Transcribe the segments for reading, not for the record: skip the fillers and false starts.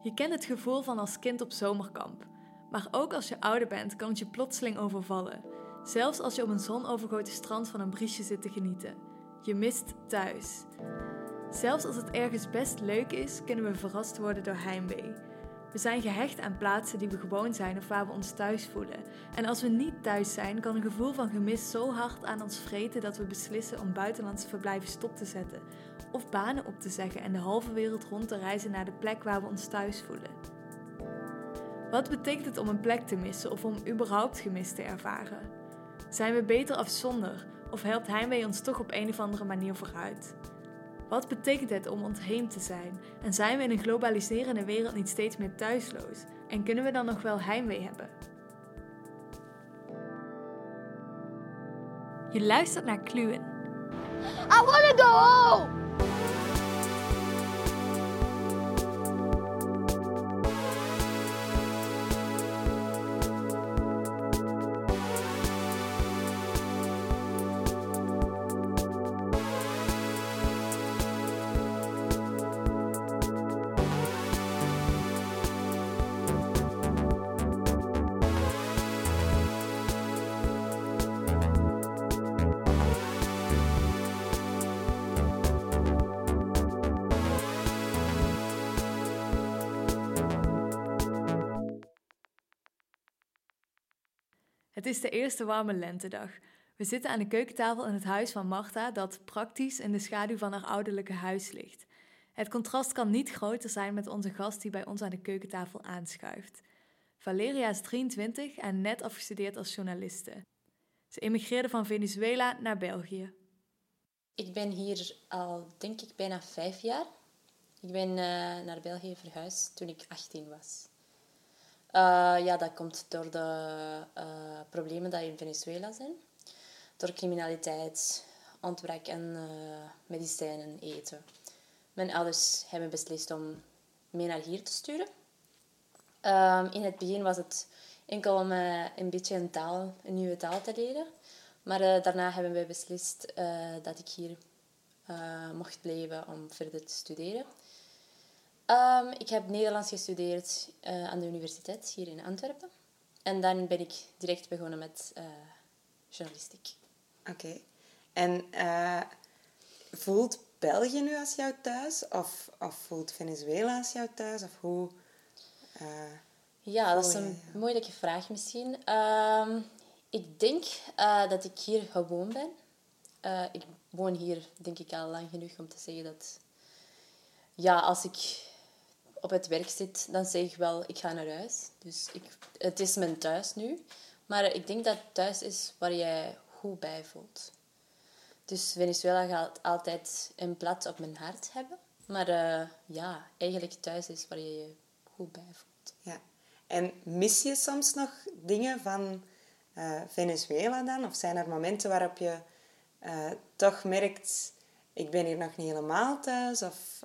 Je kent het gevoel van als kind op zomerkamp. Maar ook als je ouder bent, kan het je plotseling overvallen. Zelfs als je op een zonovergoten strand van een briesje zit te genieten. Je mist thuis. Zelfs als het ergens best leuk is, kunnen we verrast worden door heimwee. We zijn gehecht aan plaatsen die we gewoon zijn of waar we ons thuis voelen. En als we niet thuis zijn, kan een gevoel van gemis zo hard aan ons vreten dat we beslissen om buitenlandse verblijven stop te zetten. Of banen op te zeggen en de halve wereld rond te reizen naar de plek waar we ons thuis voelen. Wat betekent het om een plek te missen of om überhaupt gemis te ervaren? Zijn we beter af zonder of helpt heimwee ons toch op een of andere manier vooruit? Wat betekent het om ontheemd te zijn? En zijn we in een globaliserende wereld niet steeds meer thuisloos? En kunnen we dan nog wel heimwee hebben? Je luistert naar Kluwen. I wanna go home! Het is de eerste warme lentedag. We zitten aan de keukentafel in het huis van Marta, dat praktisch in de schaduw van haar ouderlijke huis ligt. Het contrast kan niet groter zijn met onze gast die bij ons aan de keukentafel aanschuift. Valeria is 23 en net afgestudeerd als journaliste. Ze emigreerde van Venezuela naar België. Ik ben hier al, denk ik, bijna 5 jaar. Ik ben naar België verhuisd toen ik 18 was. Dat komt door de problemen die in Venezuela zijn. Door criminaliteit, ontbrek aan medicijnen, eten. Mijn ouders hebben beslist om mij naar hier te sturen. In het begin was het enkel om een beetje een nieuwe taal te leren. Maar daarna hebben we beslist dat ik hier mocht blijven om verder te studeren. Ik heb Nederlands gestudeerd aan de universiteit hier in Antwerpen. En dan ben ik direct begonnen met journalistiek. Oké. En voelt België nu als jouw thuis? Of voelt Venezuela als jouw thuis? Of hoe... Ja, dat is een moeilijke vraag misschien. Ik denk dat ik hier gewoon ben. Ik woon hier, denk ik, al lang genoeg om te zeggen dat... Ja, als ik op het werk zit, dan zeg ik wel, ik ga naar huis. Dus het is mijn thuis nu. Maar ik denk dat thuis is waar je goed bij voelt. Dus Venezuela gaat altijd een plaats op mijn hart hebben. Maar eigenlijk thuis is waar je je goed bij voelt. Ja. En mis je soms nog dingen van Venezuela dan? Of zijn er momenten waarop je toch merkt... Ik ben hier nog niet helemaal thuis? Of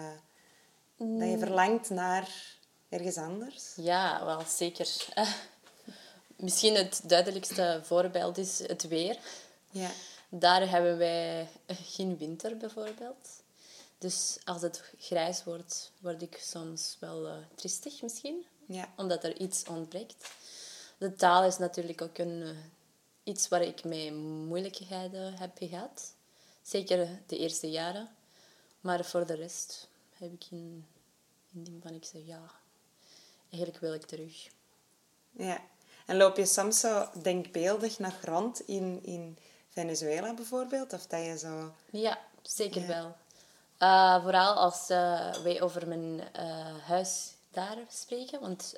dat je verlangt naar ergens anders? Ja, wel zeker. Misschien het duidelijkste voorbeeld is het weer. Ja. Daar hebben wij geen winter bijvoorbeeld. Dus als het grijs wordt, word ik soms wel triestig misschien. Ja. Omdat er iets ontbreekt. De taal is natuurlijk ook iets waar ik mee moeilijkheden heb gehad. Zeker de eerste jaren. Maar voor de rest heb ik een ding van ik zeg, ja, eigenlijk wil ik terug. Ja. En loop je soms zo denkbeeldig nog rond in Venezuela bijvoorbeeld? Of dat je zo... Ja, zeker wel. Vooral als wij over mijn huis daar spreken. Want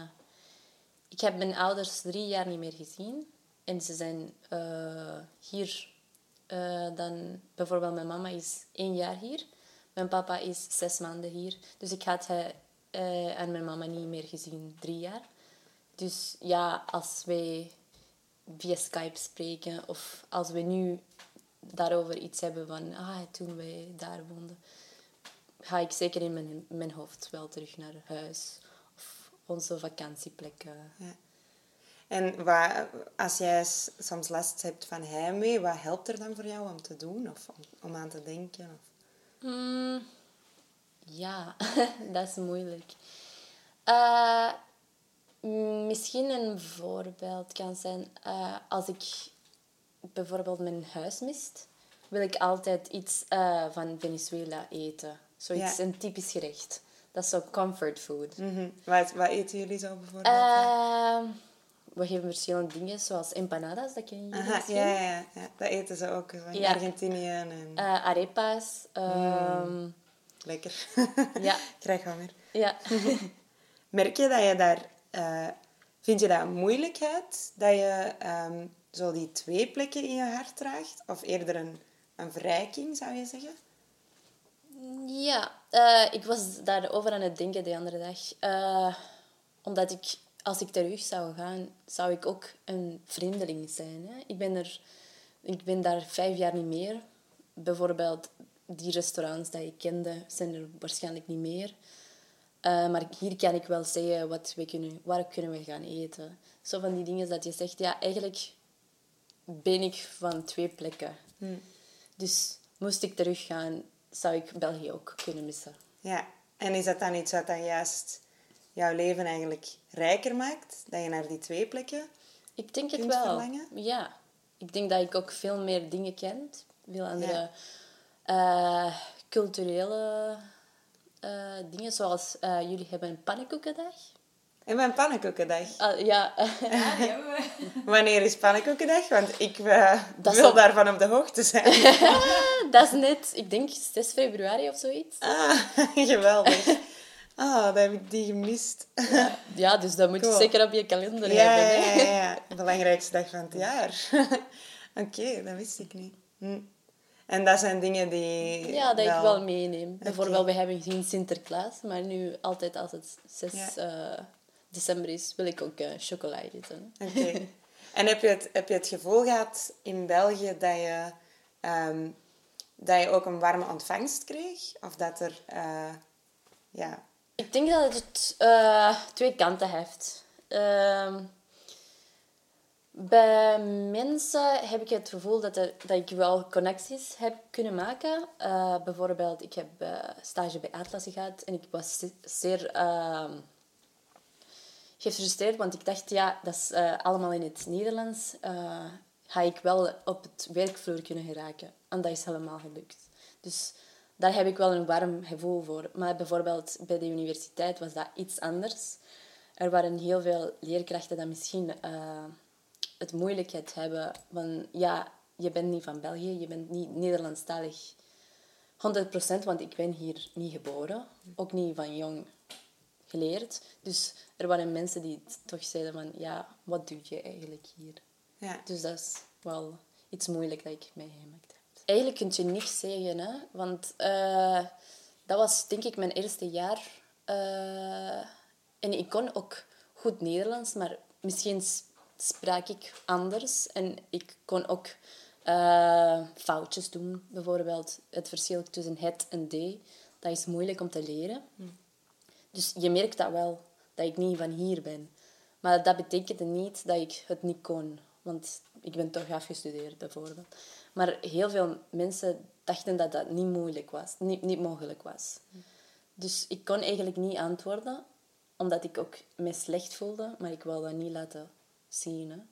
ik heb mijn ouders 3 jaar niet meer gezien. En ze zijn hier... dan bijvoorbeeld mijn mama is 1 jaar hier. Mijn papa is 6 maanden hier. Dus ik had en mijn mama niet meer gezien 3 jaar. Dus ja, als wij via Skype spreken of als we nu daarover iets hebben van toen wij daar woonden, ga ik zeker in mijn hoofd wel terug naar huis of onze vakantieplekken. Ja. En als jij soms last hebt van heimwee, wat helpt er dan voor jou om te doen of om aan te denken? Of? Ja, dat is moeilijk. Misschien een voorbeeld kan zijn... als ik bijvoorbeeld mijn huis mist, wil ik altijd iets van Venezuela eten. Zoiets, een typisch gerecht. Dat is zo comfort food. Wat eten jullie zo bijvoorbeeld? We geven verschillende dingen, zoals empanadas, dat ken je misschien. Ja. Dat eten ze ook in Argentinië. En... arepas. Lekker. Ja. Ik krijg honger. Ja. Merk je dat je daar... vind je dat een moeilijkheid? Dat je zo die 2 plekken in je hart draagt? Of eerder een verrijking, zou je zeggen? Ja, ik was daarover aan het denken de andere dag. Omdat als ik terug zou gaan, zou ik ook een vreemdeling zijn. Hè? Ik ben daar 5 jaar niet meer. Bijvoorbeeld, die restaurants die ik kende, zijn er waarschijnlijk niet meer. Maar hier kan ik wel zeggen waar kunnen we gaan eten. Zo van die dingen dat je zegt, ja, eigenlijk ben ik van 2 plekken. Dus moest ik teruggaan, zou ik België ook kunnen missen. Ja, en is dat dan iets wat dan juist jouw leven eigenlijk rijker maakt? Dat je naar die 2 plekken Ik denk het kunt wel. verlangen? Ja. Ik denk dat ik ook veel meer dingen ken. Veel andere culturele dingen. Zoals jullie hebben een pannenkoekendag. En mijn pannenkoekendag. Ja. Ja, die hebben we. Wanneer is pannenkoekendag? Want ik Dat is wil ook- daarvan op de hoogte zijn. Dat is net, ik denk 6 februari of zoiets. Geweldig. Dat heb ik die gemist. Ja, dus dat moet je Cool. zeker op je kalender hebben. Hè? Ja. De belangrijkste dag van het jaar. Oké, dat wist ik niet. En dat zijn dingen die... Ja, dat ik wel meeneem. Bijvoorbeeld, Oké. we hebben geen Sinterklaas, maar nu altijd als het 6 december is, wil ik ook chocola eten. Oké. En heb je het gevoel gehad in België dat je ook een warme ontvangst kreeg? Of dat er... Ik denk dat het 2 kanten heeft. Bij mensen heb ik het gevoel dat ik wel connecties heb kunnen maken. Bijvoorbeeld, ik heb stage bij Atlas gehad en ik was zeer gefrustreerd, want ik dacht, ja, dat is allemaal in het Nederlands. Ga ik wel op het werkvloer kunnen geraken. En dat is helemaal gelukt. Dus daar heb ik wel een warm gevoel voor. Maar bijvoorbeeld bij de universiteit was dat iets anders. Er waren heel veel leerkrachten die misschien het moeilijkheid hebben van... Ja, je bent niet van België, je bent niet Nederlandstalig 100%, want ik ben hier niet geboren. Ook niet van jong geleerd. Dus er waren mensen die toch zeiden van... Ja, wat doe je eigenlijk hier? Ja. Dus dat is wel iets moeilijk dat ik meegemaakt heb. Eigenlijk kun je niks zeggen, hè. Want dat was denk ik mijn eerste jaar. En ik kon ook goed Nederlands, maar misschien sprak ik anders. En ik kon ook foutjes doen. Bijvoorbeeld het verschil tussen het en de. Dat is moeilijk om te leren. Dus je merkt dat wel, dat ik niet van hier ben. Maar dat betekende niet dat ik het niet kon. Want ik ben toch afgestudeerd, bijvoorbeeld. Maar heel veel mensen dachten dat dat niet moeilijk was. Niet mogelijk was. Dus ik kon eigenlijk niet antwoorden. Omdat ik ook me slecht voelde. Maar ik wilde dat niet laten zien. Hè.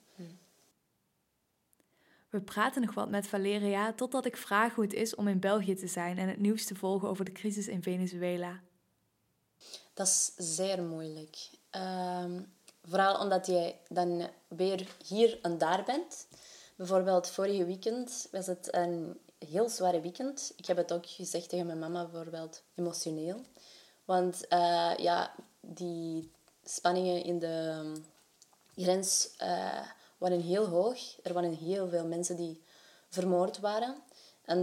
We praten nog wat met Valeria totdat ik vraag hoe het is om in België te zijn en het nieuws te volgen over de crisis in Venezuela. Dat is zeer moeilijk. Vooral omdat je dan weer hier en daar bent. Bijvoorbeeld vorige weekend was het een heel zware weekend. Ik heb het ook gezegd tegen mijn mama, bijvoorbeeld emotioneel. Want die spanningen in de grens waren heel hoog. Er waren heel veel mensen die vermoord waren. En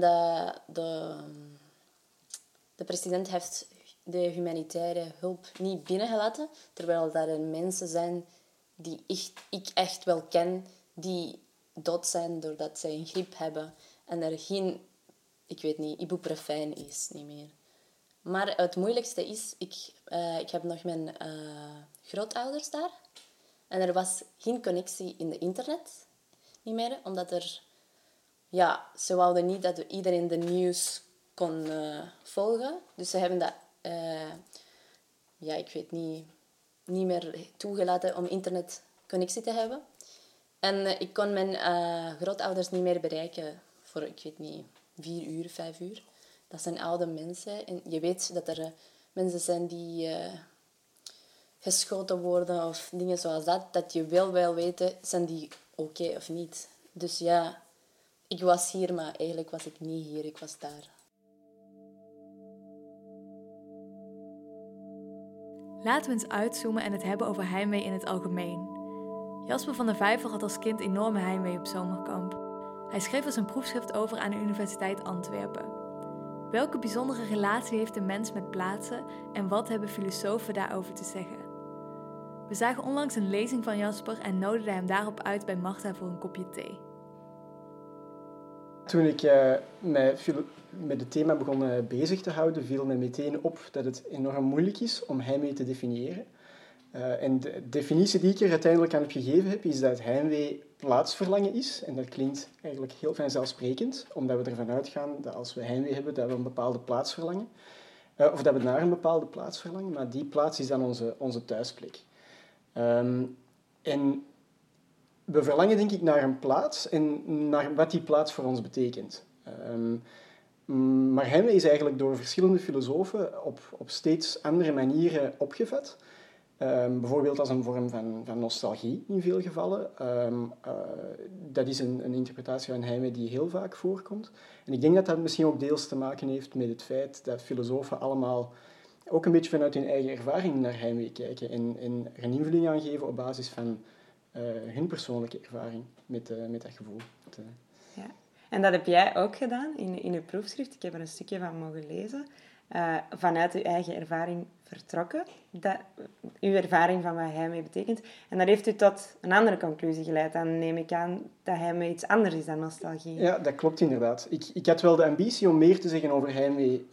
de president heeft de humanitaire hulp niet binnengelaten. Terwijl er mensen zijn die ik echt wel ken, die dood zijn doordat zij een griep hebben. En er geen, ik weet niet, ibuprofen is niet meer. Maar het moeilijkste is, ik heb nog mijn grootouders daar. En er was geen connectie in de internet niet meer. Omdat ze wouden niet dat iedereen de nieuws kon volgen. Dus ze hebben dat, ik weet niet, niet meer toegelaten om internetconnectie te hebben. En ik kon mijn grootouders niet meer bereiken voor, ik weet niet, 4 uur, 5 uur. Dat zijn oude mensen. En je weet dat er mensen zijn die geschoten worden of dingen zoals dat. Dat je wel weten, zijn die oké of niet. Dus ja, ik was hier, maar eigenlijk was ik niet hier. Ik was daar. Laten we eens uitzoomen en het hebben over heimwee in het algemeen. Jasper van der Vijver had als kind enorme heimwee op zomerkamp. Hij schreef er zijn proefschrift over aan de Universiteit Antwerpen. Welke bijzondere relatie heeft de mens met plaatsen en wat hebben filosofen daarover te zeggen? We zagen onlangs een lezing van Jasper en nodigden hem daarop uit bij Marta voor een kopje thee. Toen ik met het thema begon bezig te houden, viel me meteen op dat het enorm moeilijk is om heimwee te definiëren. En de definitie die ik er uiteindelijk aan heb gegeven heb, is dat heimwee plaatsverlangen is. En dat klinkt eigenlijk heel vanzelfsprekend, omdat we ervan uitgaan dat als we heimwee hebben, dat we een bepaalde plaats verlangen. Of dat we naar een bepaalde plaats verlangen, maar die plaats is dan onze thuisplek. En we verlangen denk ik naar een plaats en naar wat die plaats voor ons betekent. Maar heimwee is eigenlijk door verschillende filosofen op steeds andere manieren opgevat. Bijvoorbeeld als een vorm van nostalgie in veel gevallen. Dat is een interpretatie van heimwee die heel vaak voorkomt. En ik denk dat dat misschien ook deels te maken heeft met het feit dat filosofen allemaal ook een beetje vanuit hun eigen ervaring naar heimwee kijken en er een invulling aan geven op basis van hun persoonlijke ervaring met dat gevoel. Ja. En dat heb jij ook gedaan in je proefschrift. Ik heb er een stukje van mogen lezen. Vanuit uw eigen ervaring vertrokken. Uw ervaring van wat heimwee betekent. En dat heeft u tot een andere conclusie geleid. Dan neem ik aan dat heimwee iets anders is dan nostalgie. Ja, dat klopt inderdaad. Ik had wel de ambitie om meer te zeggen over heimwee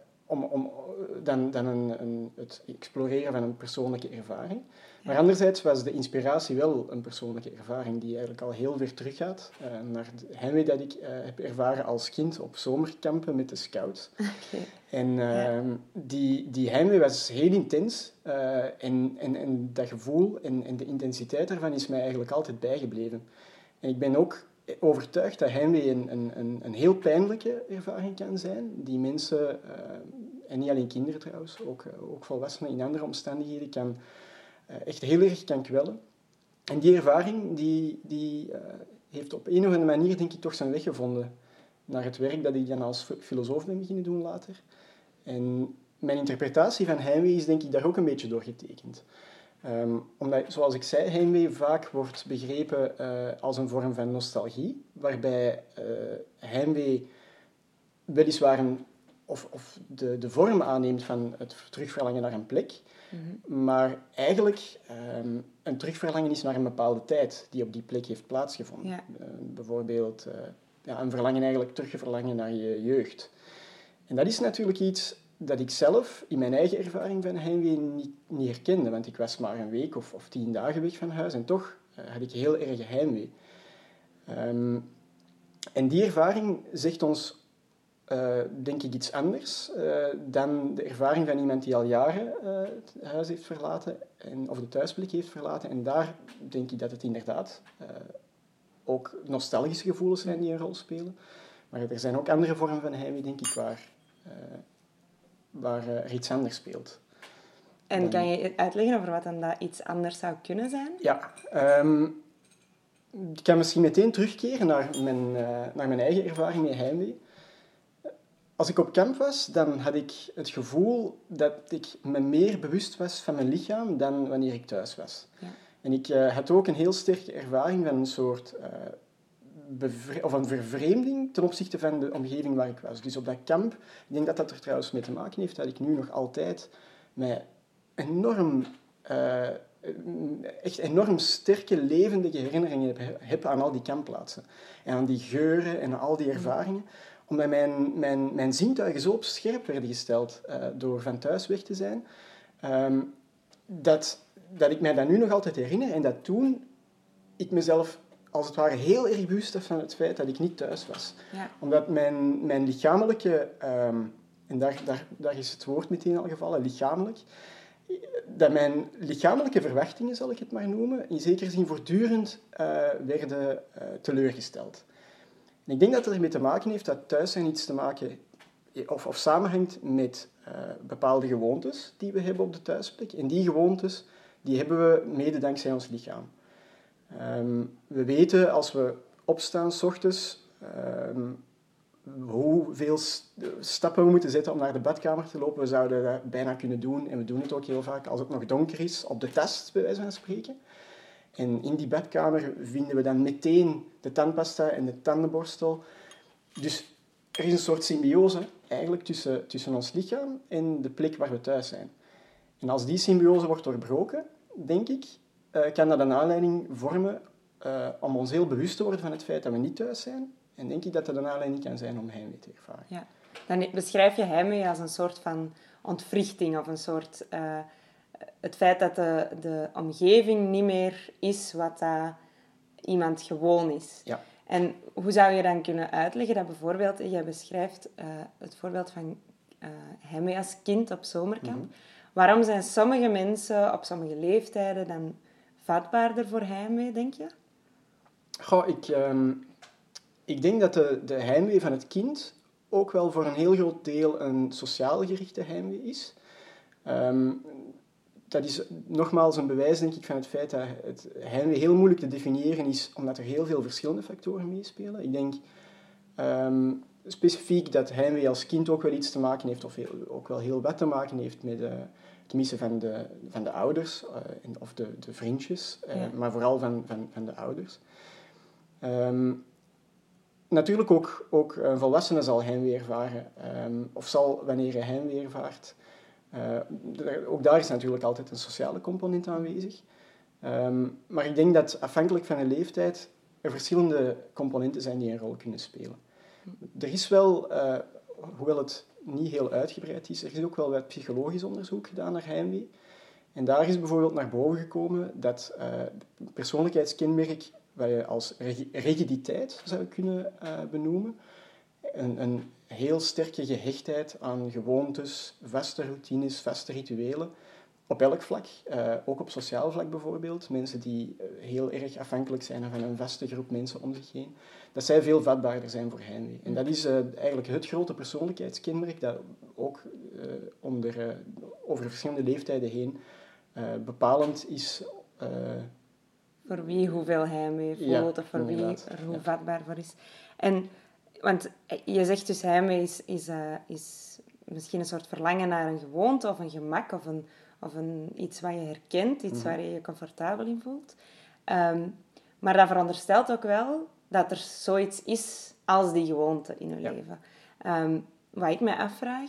dan het exploreren van een persoonlijke ervaring. Maar anderzijds was de inspiratie wel een persoonlijke ervaring die eigenlijk al heel ver teruggaat naar de heimwee dat ik heb ervaren als kind op zomerkampen met de scouts. Okay. En die heimwee was heel intens en dat gevoel en de intensiteit daarvan is mij eigenlijk altijd bijgebleven. En ik ben ook overtuigd dat heimwee een heel pijnlijke ervaring kan zijn, die mensen, en niet alleen kinderen trouwens, ook volwassenen in andere omstandigheden, echt heel erg kan kwellen. En die ervaring die heeft op een of andere manier, denk ik, toch zijn weg gevonden naar het werk dat ik dan als filosoof ben beginnen doen later. En mijn interpretatie van heimwee is, denk ik, daar ook een beetje door getekend. Omdat, zoals ik zei, heimwee vaak wordt begrepen als een vorm van nostalgie, waarbij heimwee weliswaar de vorm aanneemt van het terugverlangen naar een plek, maar eigenlijk een terugverlangen is naar een bepaalde tijd die op die plek heeft plaatsgevonden. Ja. Bijvoorbeeld een verlangen eigenlijk terugverlangen naar je jeugd. En dat is natuurlijk iets dat ik zelf in mijn eigen ervaring van heimwee niet herkende, want ik was maar een week of 10 dagen weg van huis en toch had ik heel erg heimwee. En die ervaring zegt ons, denk ik, iets anders dan de ervaring van iemand die al jaren het huis heeft verlaten of de thuisplek heeft verlaten. En daar denk ik dat het inderdaad ook nostalgische gevoelens zijn die een rol spelen. Maar er zijn ook andere vormen van heimwee, denk ik, waar er iets anders speelt. En kan je uitleggen over wat dan dat iets anders zou kunnen zijn? Ja, ik kan misschien meteen terugkeren naar mijn eigen ervaring met heimwee. Als ik op kamp was, dan had ik het gevoel dat ik me meer bewust was van mijn lichaam dan wanneer ik thuis was. Ja. En ik had ook een heel sterke ervaring van een soort een vervreemding ten opzichte van de omgeving waar ik was. Dus op dat kamp, ik denk dat dat er trouwens mee te maken heeft dat ik nu nog altijd mij echt enorm sterke, levendige herinneringen heb aan al die kampplaatsen. En aan die geuren en al die ervaringen. Omdat mijn zintuigen zo op scherp werden gesteld door van thuis weg te zijn, dat ik mij dat nu nog altijd herinner. En dat toen ik mezelf als het ware heel erg bewust was van het feit dat ik niet thuis was. Ja. Omdat mijn lichamelijke, en daar is het woord meteen al gevallen, lichamelijk, dat mijn lichamelijke verwachtingen, zal ik het maar noemen, in zekere zin voortdurend werden teleurgesteld. En ik denk dat het ermee te maken heeft dat thuis zijn iets te maken of samenhangt met bepaalde gewoontes die we hebben op de thuisplek. En die gewoontes die hebben we mede dankzij ons lichaam. We weten als we opstaan 's ochtends hoeveel stappen we moeten zetten om naar de badkamer te lopen. We zouden dat bijna kunnen doen, en we doen het ook heel vaak als het nog donker is, op de tast, bij wijze van spreken. En in die badkamer vinden we dan meteen de tandpasta en de tandenborstel. Dus er is een soort symbiose eigenlijk tussen ons lichaam en de plek waar we thuis zijn. En als die symbiose wordt doorbroken, denk ik, kan dat een aanleiding vormen om ons heel bewust te worden van het feit dat we niet thuis zijn. En denk ik dat dat een aanleiding kan zijn om heimwee te ervaren. Ja. Dan beschrijf je heimwee als een soort van ontwrichting of een soort... het feit dat de omgeving niet meer is wat dat iemand gewoon is. Ja. En hoe zou je dan kunnen uitleggen dat bijvoorbeeld... Jij beschrijft het voorbeeld van heimwee als kind op zomerkamp. Mm-hmm. Waarom zijn sommige mensen op sommige leeftijden dan vatbaarder voor heimwee, denk je? Goh, ik denk dat de heimwee van het kind ook wel voor een heel groot deel een sociaal gerichte heimwee is. Dat is nogmaals een bewijs, denk ik, van het feit dat het heimwee heel moeilijk te definiëren is, omdat er heel veel verschillende factoren meespelen. Ik denk specifiek dat heimwee als kind ook wel iets te maken heeft, of ook wel heel wat te maken heeft met het missen van de ouders, of de vriendjes, maar vooral van de ouders. Natuurlijk ook een volwassene zal heimwee ervaren, of zal, wanneer hij heimwee ervaart, ook daar is natuurlijk altijd een sociale component aanwezig. Maar ik denk dat afhankelijk van de leeftijd er verschillende componenten zijn die een rol kunnen spelen. Er is wel, hoewel het niet heel uitgebreid is, er is ook wel wat psychologisch onderzoek gedaan naar heimwee. En daar is bijvoorbeeld naar boven gekomen dat persoonlijkheidskenmerk, wat je als rigiditeit zou kunnen benoemen, een heel sterke gehechtheid aan gewoontes, vaste routines, vaste rituelen, op elk vlak, ook op sociaal vlak bijvoorbeeld. Mensen die heel erg afhankelijk zijn van een vaste groep mensen om zich heen, dat zij veel vatbaarder zijn voor heimwee. En dat is eigenlijk het grote persoonlijkheidskenmerk dat ook over verschillende leeftijden heen bepalend is. Voor wie hoeveel heimwee voelt, of voor wie er hoe vatbaar voor is. Want je zegt dus heimwee is misschien een soort verlangen naar een gewoonte of een gemak of iets wat je herkent, iets waar je je comfortabel in voelt. Maar dat veronderstelt ook wel dat er zoiets is als die gewoonte in je leven. Wat ik me afvraag,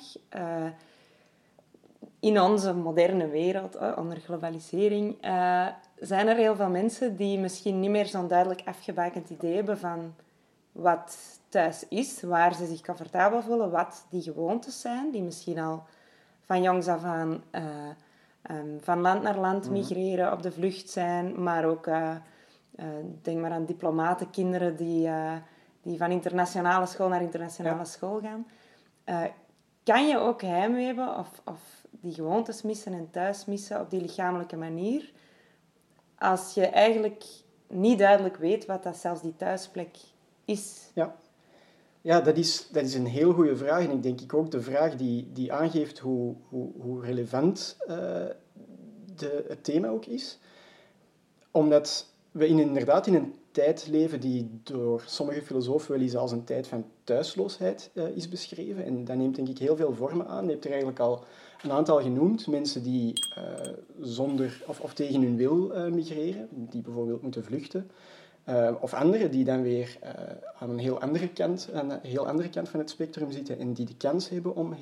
in onze moderne wereld, onder globalisering, zijn er heel veel mensen die misschien niet meer zo'n duidelijk afgebakend idee hebben van wat thuis is, waar ze zich comfortabel voelen, wat die gewoontes zijn, die misschien al van jongs af aan van land naar land migreren, op de vlucht zijn, maar ook, denk maar aan diplomatenkinderen die van internationale school naar internationale school gaan. Kan je ook heimwee hebben of die gewoontes missen en thuis missen op die lichamelijke manier, als je eigenlijk niet duidelijk weet wat dat zelfs die thuisplek is? Ja, dat is een heel goede vraag. En ik denk ook de vraag die aangeeft hoe relevant het thema ook is. Omdat we inderdaad in een tijd leven die door sommige filosofen wel eens als een tijd van thuisloosheid is beschreven. En dat neemt denk ik heel veel vormen aan. Je hebt er eigenlijk al een aantal genoemd. Mensen die zonder of tegen hun wil migreren, die bijvoorbeeld moeten vluchten. Of anderen die dan weer aan een heel andere kant van het spectrum zitten en die de kans hebben om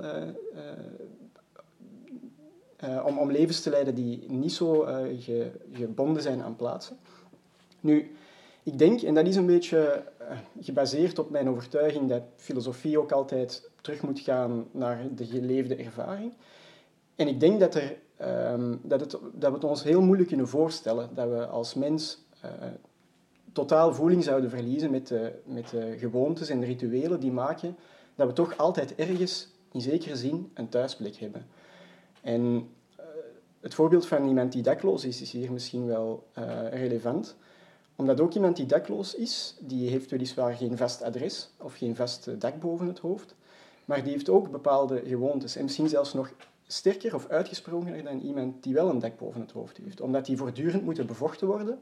om levens te leiden die niet zo gebonden zijn aan plaatsen. Nu, ik denk, en dat is een beetje gebaseerd op mijn overtuiging dat filosofie ook altijd terug moet gaan naar de geleefde ervaring. En ik denk dat we het ons heel moeilijk kunnen voorstellen dat we als mens totaal voeling zouden verliezen met de gewoontes en de rituelen die maken dat we toch altijd ergens, in zekere zin, een thuisplek hebben. En het voorbeeld van iemand die dakloos is hier misschien wel relevant. Omdat ook iemand die dakloos is, die heeft weliswaar geen vast adres of geen vast dak boven het hoofd, maar die heeft ook bepaalde gewoontes. En misschien zelfs nog sterker of uitgesprokener dan iemand die wel een dak boven het hoofd heeft. Omdat die voortdurend moeten bevochten worden,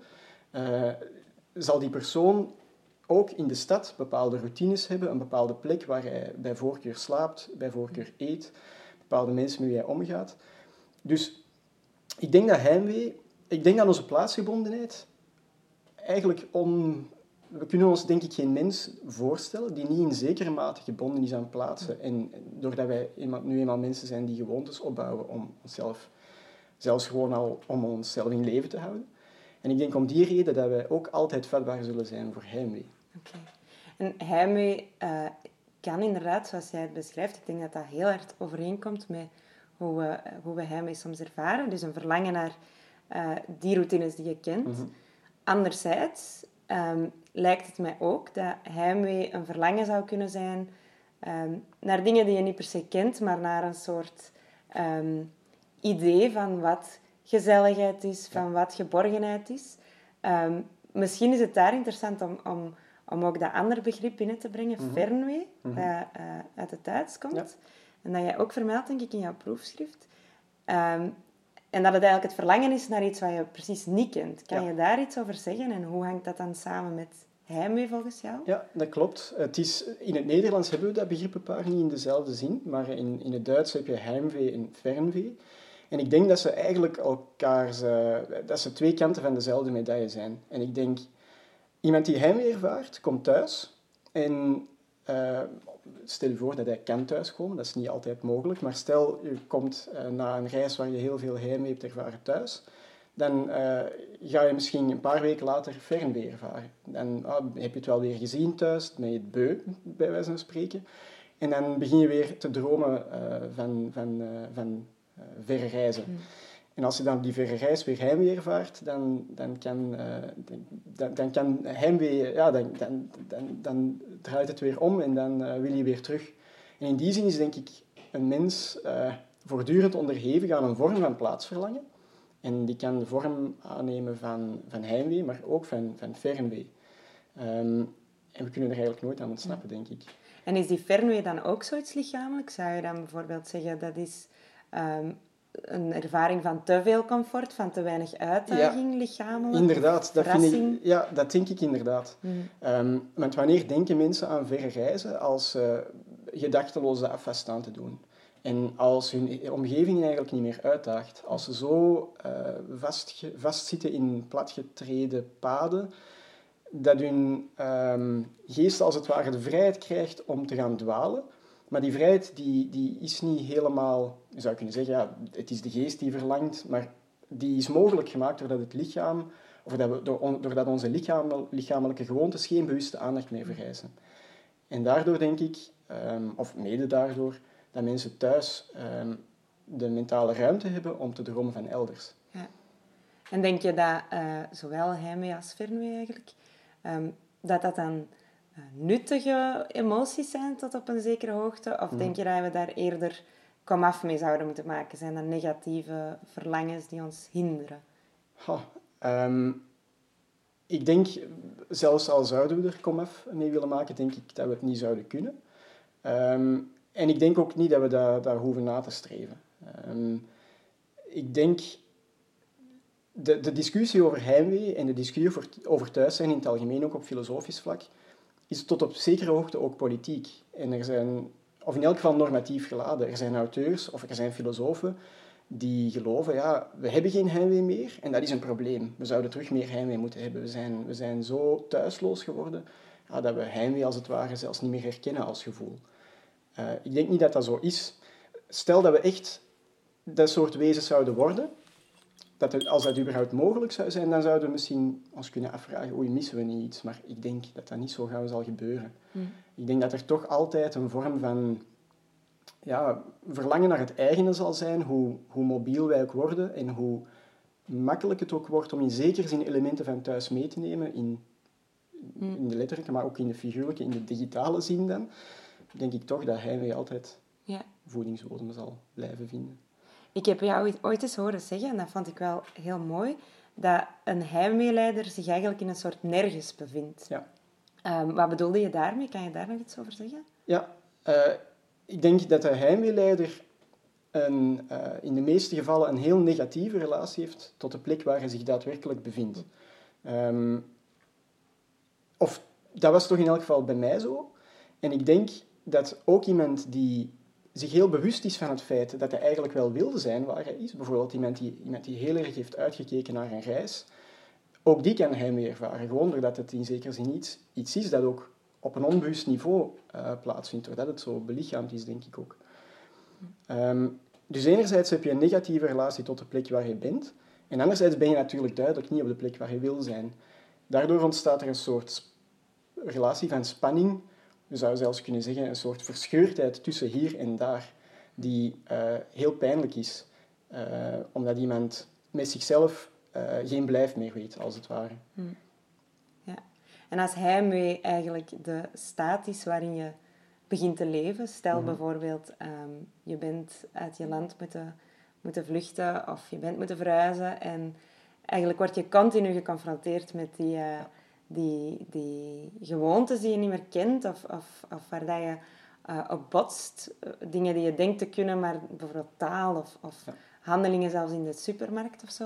zal die persoon ook in de stad bepaalde routines hebben, een bepaalde plek waar hij bij voorkeur slaapt, bij voorkeur eet, bepaalde mensen met wie hij omgaat. Dus ik denk dat onze plaatsgebondenheid eigenlijk we kunnen ons denk ik geen mens voorstellen die niet in zekere mate gebonden is aan plaatsen. En doordat wij nu eenmaal mensen zijn die gewoontes opbouwen om onszelf, zelfs gewoon al om onszelf in leven te houden. En ik denk om die reden dat wij ook altijd vatbaar zullen zijn voor heimwee. Oké. En heimwee kan inderdaad, zoals jij het beschrijft, ik denk dat dat heel hard overeenkomt met hoe we heimwee soms ervaren. Dus een verlangen naar die routines die je kent. Mm-hmm. Anderzijds lijkt het mij ook dat heimwee een verlangen zou kunnen zijn naar dingen die je niet per se kent, maar naar een soort idee van wat gezelligheid is, van wat geborgenheid is. Misschien is het daar interessant om ook dat andere begrip binnen te brengen, fernwee, dat uit het Duits komt. Ja. En dat jij ook vermeldt, denk ik, in jouw proefschrift. En dat het eigenlijk het verlangen is naar iets wat je precies niet kent. Kan je daar iets over zeggen? En hoe hangt dat dan samen met heimwee volgens jou? Ja, dat klopt. In het Nederlands hebben we dat begrip een paar niet in dezelfde zin, maar in het Duits heb je heimwee en fernwee. En ik denk dat ze eigenlijk dat ze twee kanten van dezelfde medaille zijn. En ik denk, iemand die heimwee ervaart, komt thuis en stel je voor dat hij kan thuiskomen, dat is niet altijd mogelijk, maar stel je komt na een reis waar je heel veel heimwee hebt ervaren thuis, dan ga je misschien een paar weken later fernwee ervaren. Dan heb je het wel weer gezien thuis, ben je het beu, bij wijze van spreken. En dan begin je weer te dromen van verre reizen. En als je dan die verre reis weer heimwee ervaart, dan kan heimwee, dan draait het weer om en dan wil je weer terug. En in die zin is denk ik een mens voortdurend onderhevig aan een vorm van plaatsverlangen. En die kan de vorm aannemen van heimwee, maar ook van fernwee. En we kunnen er eigenlijk nooit aan ontsnappen, denk ik. En is die fernwee dan ook zoiets lichamelijk? Zou je dan bijvoorbeeld zeggen dat is een ervaring van te veel comfort, van te weinig uitdaging lichamelijk? Inderdaad, dat denk ik inderdaad. Want wanneer denken mensen aan verre reizen als gedachteloos de afwas staan te doen? En als hun omgeving eigenlijk niet meer uitdaagt, als ze zo vastzitten in platgetreden paden, dat hun geest als het ware de vrijheid krijgt om te gaan dwalen. Maar die vrijheid die is niet helemaal, je zou kunnen zeggen, ja, het is de geest die verlangt, maar die is mogelijk gemaakt doordat het lichaam, of doordat onze lichamelijke gewoontes geen bewuste aandacht meer vereisen. En daardoor denk ik, of mede daardoor, dat mensen thuis de mentale ruimte hebben om te dromen van elders. Ja. En denk je dat zowel heimwee als fernwee eigenlijk, dat dan nuttige emoties zijn tot op een zekere hoogte? Of denk je dat we daar eerder komaf mee zouden moeten maken? Zijn dat negatieve verlangens die ons hinderen? Ik denk, zelfs al zouden we er komaf mee willen maken, denk ik dat we het niet zouden kunnen. En ik denk ook niet dat we daar hoeven na te streven. Ik denk, de discussie over heimwee en de discussie over thuis zijn in het algemeen ook op filosofisch vlak, is tot op zekere hoogte ook politiek. En er zijn, of in elk geval normatief geladen, er zijn auteurs of er zijn filosofen die geloven, ja, we hebben geen heimwee meer en dat is een probleem. We zouden terug meer heimwee moeten hebben. We zijn zo thuisloos geworden dat we heimwee als het ware zelfs niet meer herkennen als gevoel. Ik denk niet dat dat zo is. Stel dat we echt dat soort wezens zouden worden, als dat überhaupt mogelijk zou zijn, dan zouden we misschien ons kunnen afvragen, oei, missen we niet iets? Maar ik denk dat dat niet zo gauw zal gebeuren. Ik denk dat er toch altijd een vorm van verlangen naar het eigene zal zijn, hoe mobiel wij ook worden en hoe makkelijk het ook wordt om in zekere zin elementen van thuis mee te nemen, in de letterlijke, maar ook in de figuurlijke, in de digitale zin dan, denk ik toch dat heimwee altijd voedingsbodem zal blijven vinden. Ik heb jou ooit eens horen zeggen, en dat vond ik wel heel mooi, dat een heimweeleider zich eigenlijk in een soort nergens bevindt. Ja. Wat bedoelde je daarmee? Kan je daar nog iets over zeggen? Ja, ik denk dat de heimweeleider in de meeste gevallen een heel negatieve relatie heeft tot de plek waar hij zich daadwerkelijk bevindt. Of dat was toch in elk geval bij mij zo. En ik denk dat ook iemand die zich heel bewust is van het feit dat hij eigenlijk wel wilde zijn waar hij is, bijvoorbeeld iemand die heel erg heeft uitgekeken naar een reis, ook die kan heimwee ervaren. Gewoon doordat het in zekere zin iets is dat ook op een onbewust niveau plaatsvindt, doordat het zo belichaamd is, denk ik ook. Dus enerzijds heb je een negatieve relatie tot de plek waar je bent, en anderzijds ben je natuurlijk duidelijk niet op de plek waar je wil zijn. Daardoor ontstaat er een soort relatie van spanning, je zou zelfs kunnen zeggen een soort verscheurdheid tussen hier en daar, die heel pijnlijk is, omdat iemand met zichzelf geen blijf meer weet, als het ware. Ja. En als heimwee eigenlijk de staat is waarin je begint te leven, stel bijvoorbeeld je bent uit je land moeten vluchten of je bent moeten verhuizen en eigenlijk word je continu geconfronteerd met die gewoontes die je niet meer kent of waar dat je op botst. Dingen die je denkt te kunnen, maar bijvoorbeeld taal of handelingen zelfs in de supermarkt of zo.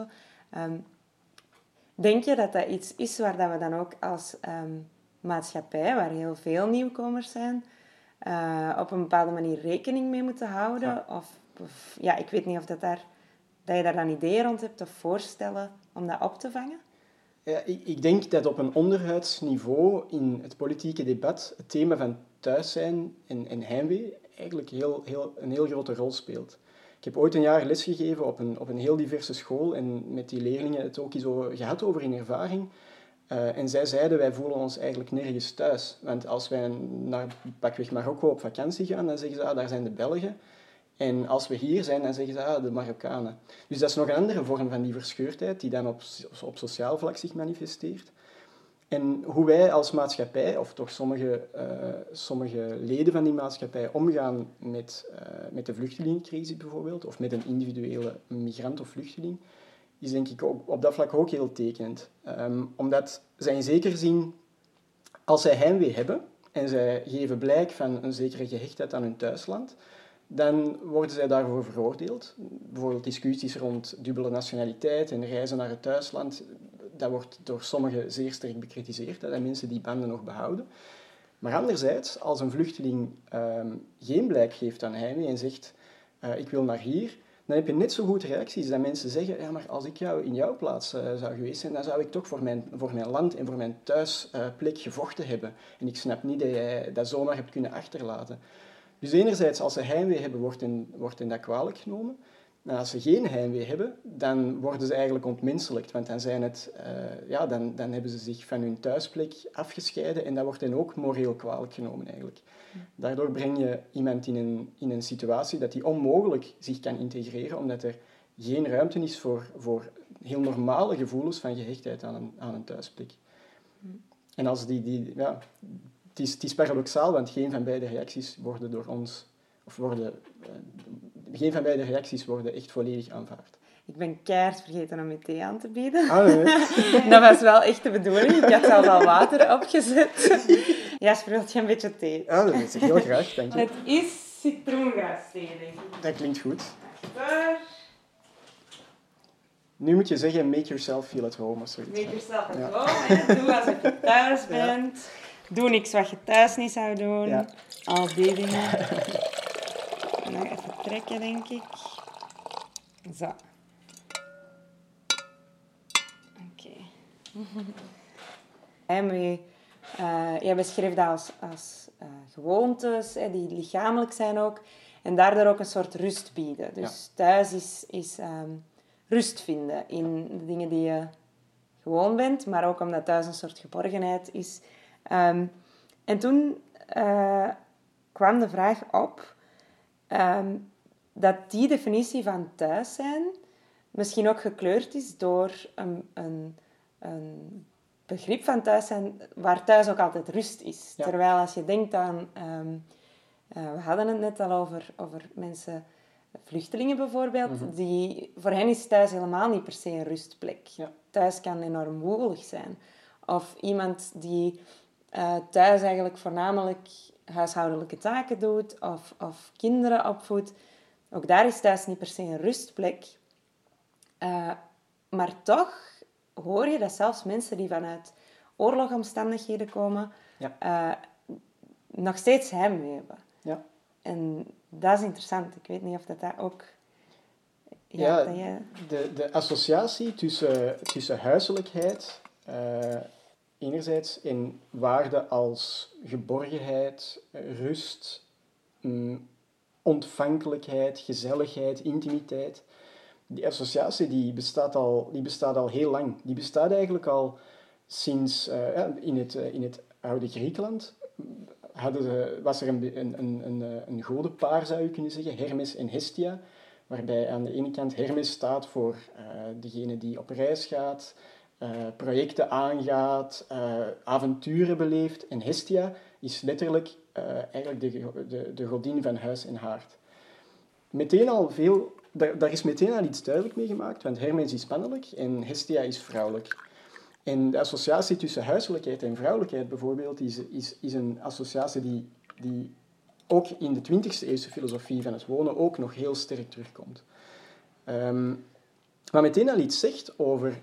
Denk je dat dat iets is waar dat we dan ook als maatschappij, waar heel veel nieuwkomers zijn, op een bepaalde manier rekening mee moeten houden? Ja. Of ik weet niet of dat je daar dan ideeën rond hebt of voorstellen om dat op te vangen? Ja, ik denk dat op een onderhuidsniveau in het politieke debat het thema van thuis zijn en heimwee eigenlijk een heel grote rol speelt. Ik heb ooit een jaar lesgegeven op een heel diverse school en met die leerlingen het ook eens gehad over hun ervaring. En zij zeiden, wij voelen ons eigenlijk nergens thuis. Want als wij naar pakweg Marokko op vakantie gaan, dan zeggen ze, daar zijn de Belgen. En als we hier zijn, dan zeggen ze, de Marokkanen. Dus dat is nog een andere vorm van die verscheurdheid, die dan op sociaal vlak zich manifesteert. En hoe wij als maatschappij, of toch sommige leden van die maatschappij, omgaan met de vluchtelingencrisis bijvoorbeeld, of met een individuele migrant of vluchteling, is denk ik ook op dat vlak ook heel tekenend. Omdat zij in zekere zin, als zij heimwee hebben, en zij geven blijk van een zekere gehechtheid aan hun thuisland, dan worden zij daarvoor veroordeeld. Bijvoorbeeld discussies rond dubbele nationaliteit en reizen naar het thuisland. Dat wordt door sommigen zeer sterk bekritiseerd, dat mensen die banden nog behouden. Maar anderzijds, als een vluchteling geen blijk geeft aan heimwee en zegt, ik wil naar hier, dan heb je net zo goed reacties dat mensen zeggen, ja, maar als ik in jouw plaats zou geweest zijn, dan zou ik toch voor mijn land en voor mijn thuisplek gevochten hebben. En ik snap niet dat jij dat zomaar hebt kunnen achterlaten. Dus enerzijds, als ze heimwee hebben, wordt hen dat kwalijk genomen. En als ze geen heimwee hebben, dan worden ze eigenlijk ontmenselijkt. Want dan hebben ze zich van hun thuisplek afgescheiden en dat wordt hen ook moreel kwalijk genomen eigenlijk. Daardoor breng je iemand in een situatie dat hij onmogelijk zich kan integreren, omdat er geen ruimte is voor heel normale gevoelens van gehechtheid aan een thuisplek. En als het is paradoxaal, want geen van beide reacties worden door ons, geen van beide reacties worden echt volledig aanvaard. Ik ben keihard vergeten om je thee aan te bieden. Ah, nee. Dat was wel echt de bedoeling. Ik had zelfs al water opgezet. Jasper, wil je een beetje thee? Ja, dat weet ik heel graag, dank je. Het is citroengrasthee, denk ik. Dat klinkt goed. Daar. Nu moet je zeggen, make yourself feel at home of zoiets. Make yourself at home. Doe alsof je thuis bent. Doe niks wat je thuis niet zou doen. Ja. Al die dingen. En dan even trekken, denk ik. Zo. Oké. Heimwee. Jij beschreef dat als gewoontes, die lichamelijk zijn ook. En daardoor ook een soort rust bieden. Dus thuis is rust vinden in de dingen die je gewoon bent. Maar ook omdat thuis een soort geborgenheid is. En toen kwam de vraag op dat die definitie van thuis zijn misschien ook gekleurd is door een begrip van thuis zijn waar thuis ook altijd rust is. Ja. Terwijl als je denkt aan... we hadden het net al over mensen vluchtelingen bijvoorbeeld, voor hen is thuis helemaal niet per se een rustplek. Ja. Thuis kan enorm woelig zijn. Of iemand die thuis eigenlijk voornamelijk huishoudelijke taken doet of kinderen opvoedt. Ook daar is thuis niet per se een rustplek. Maar toch hoor je dat zelfs mensen die vanuit oorlogomstandigheden komen, nog steeds heimwee hebben. Ja. En dat is interessant. Ik weet niet of dat ook... De associatie tussen huiselijkheid, enerzijds, en waarde als geborgenheid, rust, ontvankelijkheid, gezelligheid, intimiteit. Die associatie die bestaat al heel lang. Die bestaat eigenlijk al sinds in het oude Griekenland. Was er een godenpaar, zou je kunnen zeggen, Hermes en Hestia, waarbij aan de ene kant Hermes staat voor degene die op reis gaat, projecten aangaat, avonturen beleeft, en Hestia is letterlijk eigenlijk de godin van huis en haard. Daar is meteen al iets duidelijk mee gemaakt, want Hermes is mannelijk en Hestia is vrouwelijk. En de associatie tussen huiselijkheid en vrouwelijkheid bijvoorbeeld is een associatie die ook in de 20e eeuwse filosofie van het wonen ook nog heel sterk terugkomt. Maar meteen al iets zegt over...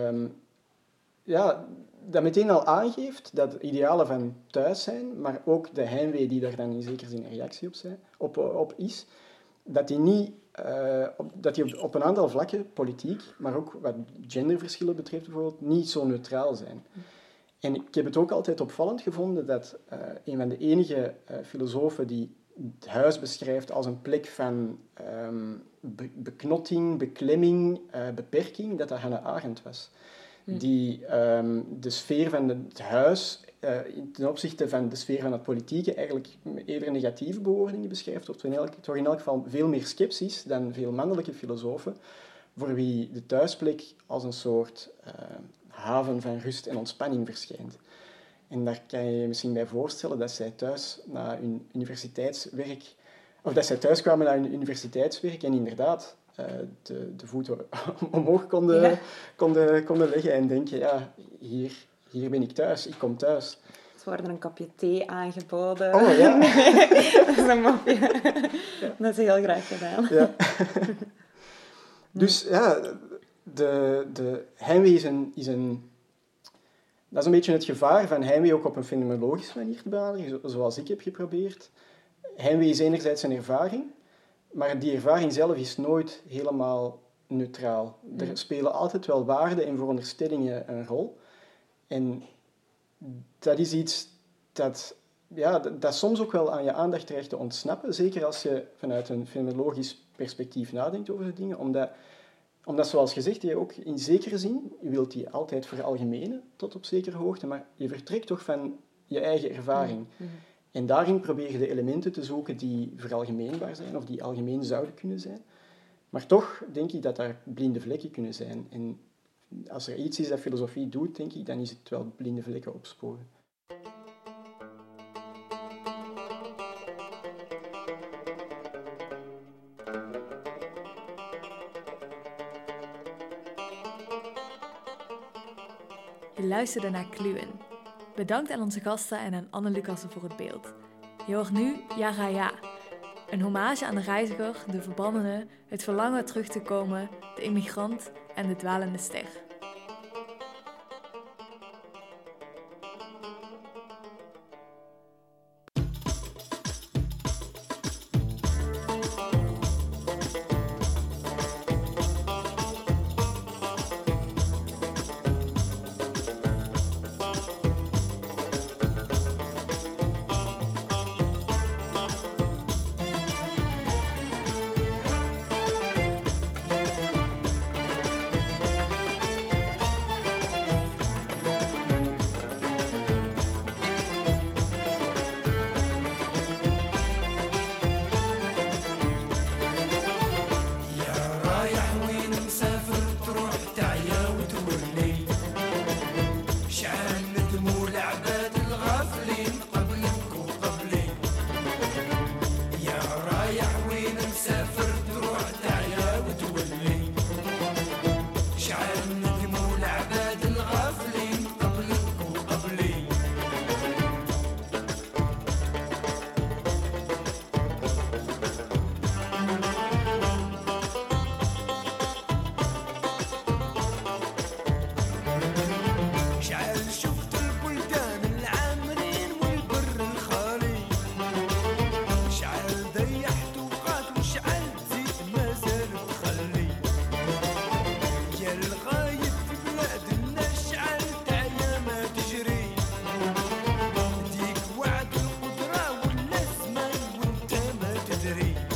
dat meteen al aangeeft dat idealen van thuis zijn, maar ook de heimwee die daar dan in zekere zin een reactie op is, dat die op een aantal vlakken, politiek, maar ook wat genderverschillen betreft bijvoorbeeld, niet zo neutraal zijn. En ik heb het ook altijd opvallend gevonden dat een van de enige filosofen die het huis beschrijft als een plek van beknotting, beklemming, beperking, dat Hannah Arendt was. Die de sfeer van het huis ten opzichte van de sfeer van het politieke eigenlijk eerder negatieve bewoordingen beschrijft, of toch in elk geval veel meer sceptisch dan veel mannelijke filosofen, voor wie de thuisplek als een soort haven van rust en ontspanning verschijnt. En daar kan je je misschien bij voorstellen dat zij thuis na hun universiteitswerk, of dat zij thuis kwamen na hun universiteitswerk en inderdaad de voeten omhoog konden leggen en denken, ja, hier ben ik thuis, ik kom thuis. Ze worden een kopje thee aangeboden. Oh, ja. Dat is een mopje. Ja. Dat is heel graag gedaan. Ja. Dus ja, de heimwee is een... Dat is een beetje het gevaar van heimwee ook op een fenomenologische manier te benaderen, zoals ik heb geprobeerd. Heimwee is enerzijds een ervaring, maar die ervaring zelf is nooit helemaal neutraal. Er spelen altijd wel waarden en veronderstellingen een rol. En dat is iets dat soms ook wel aan je aandacht dreigt te ontsnappen. Zeker als je vanuit een fenomenologisch perspectief nadenkt over de dingen. Omdat zoals gezegd, je ook in zekere zin, je wilt die altijd veralgemenen tot op zekere hoogte, maar je vertrekt toch van je eigen ervaring. En daarin probeer je de elementen te zoeken die veralgemeenbaar zijn, of die algemeen zouden kunnen zijn. Maar toch denk ik dat daar blinde vlekken kunnen zijn. En als er iets is dat filosofie doet, denk ik, dan is het wel blinde vlekken opsporen. Je luisterde naar Kluwen. Bedankt aan onze gasten en aan Anne Lucassen voor het beeld. Je hoort nu Ja. Een hommage aan de reiziger, de verbannene, het verlangen terug te komen, de immigrant en de dwalende ster. رايح وين مسافر aflevering.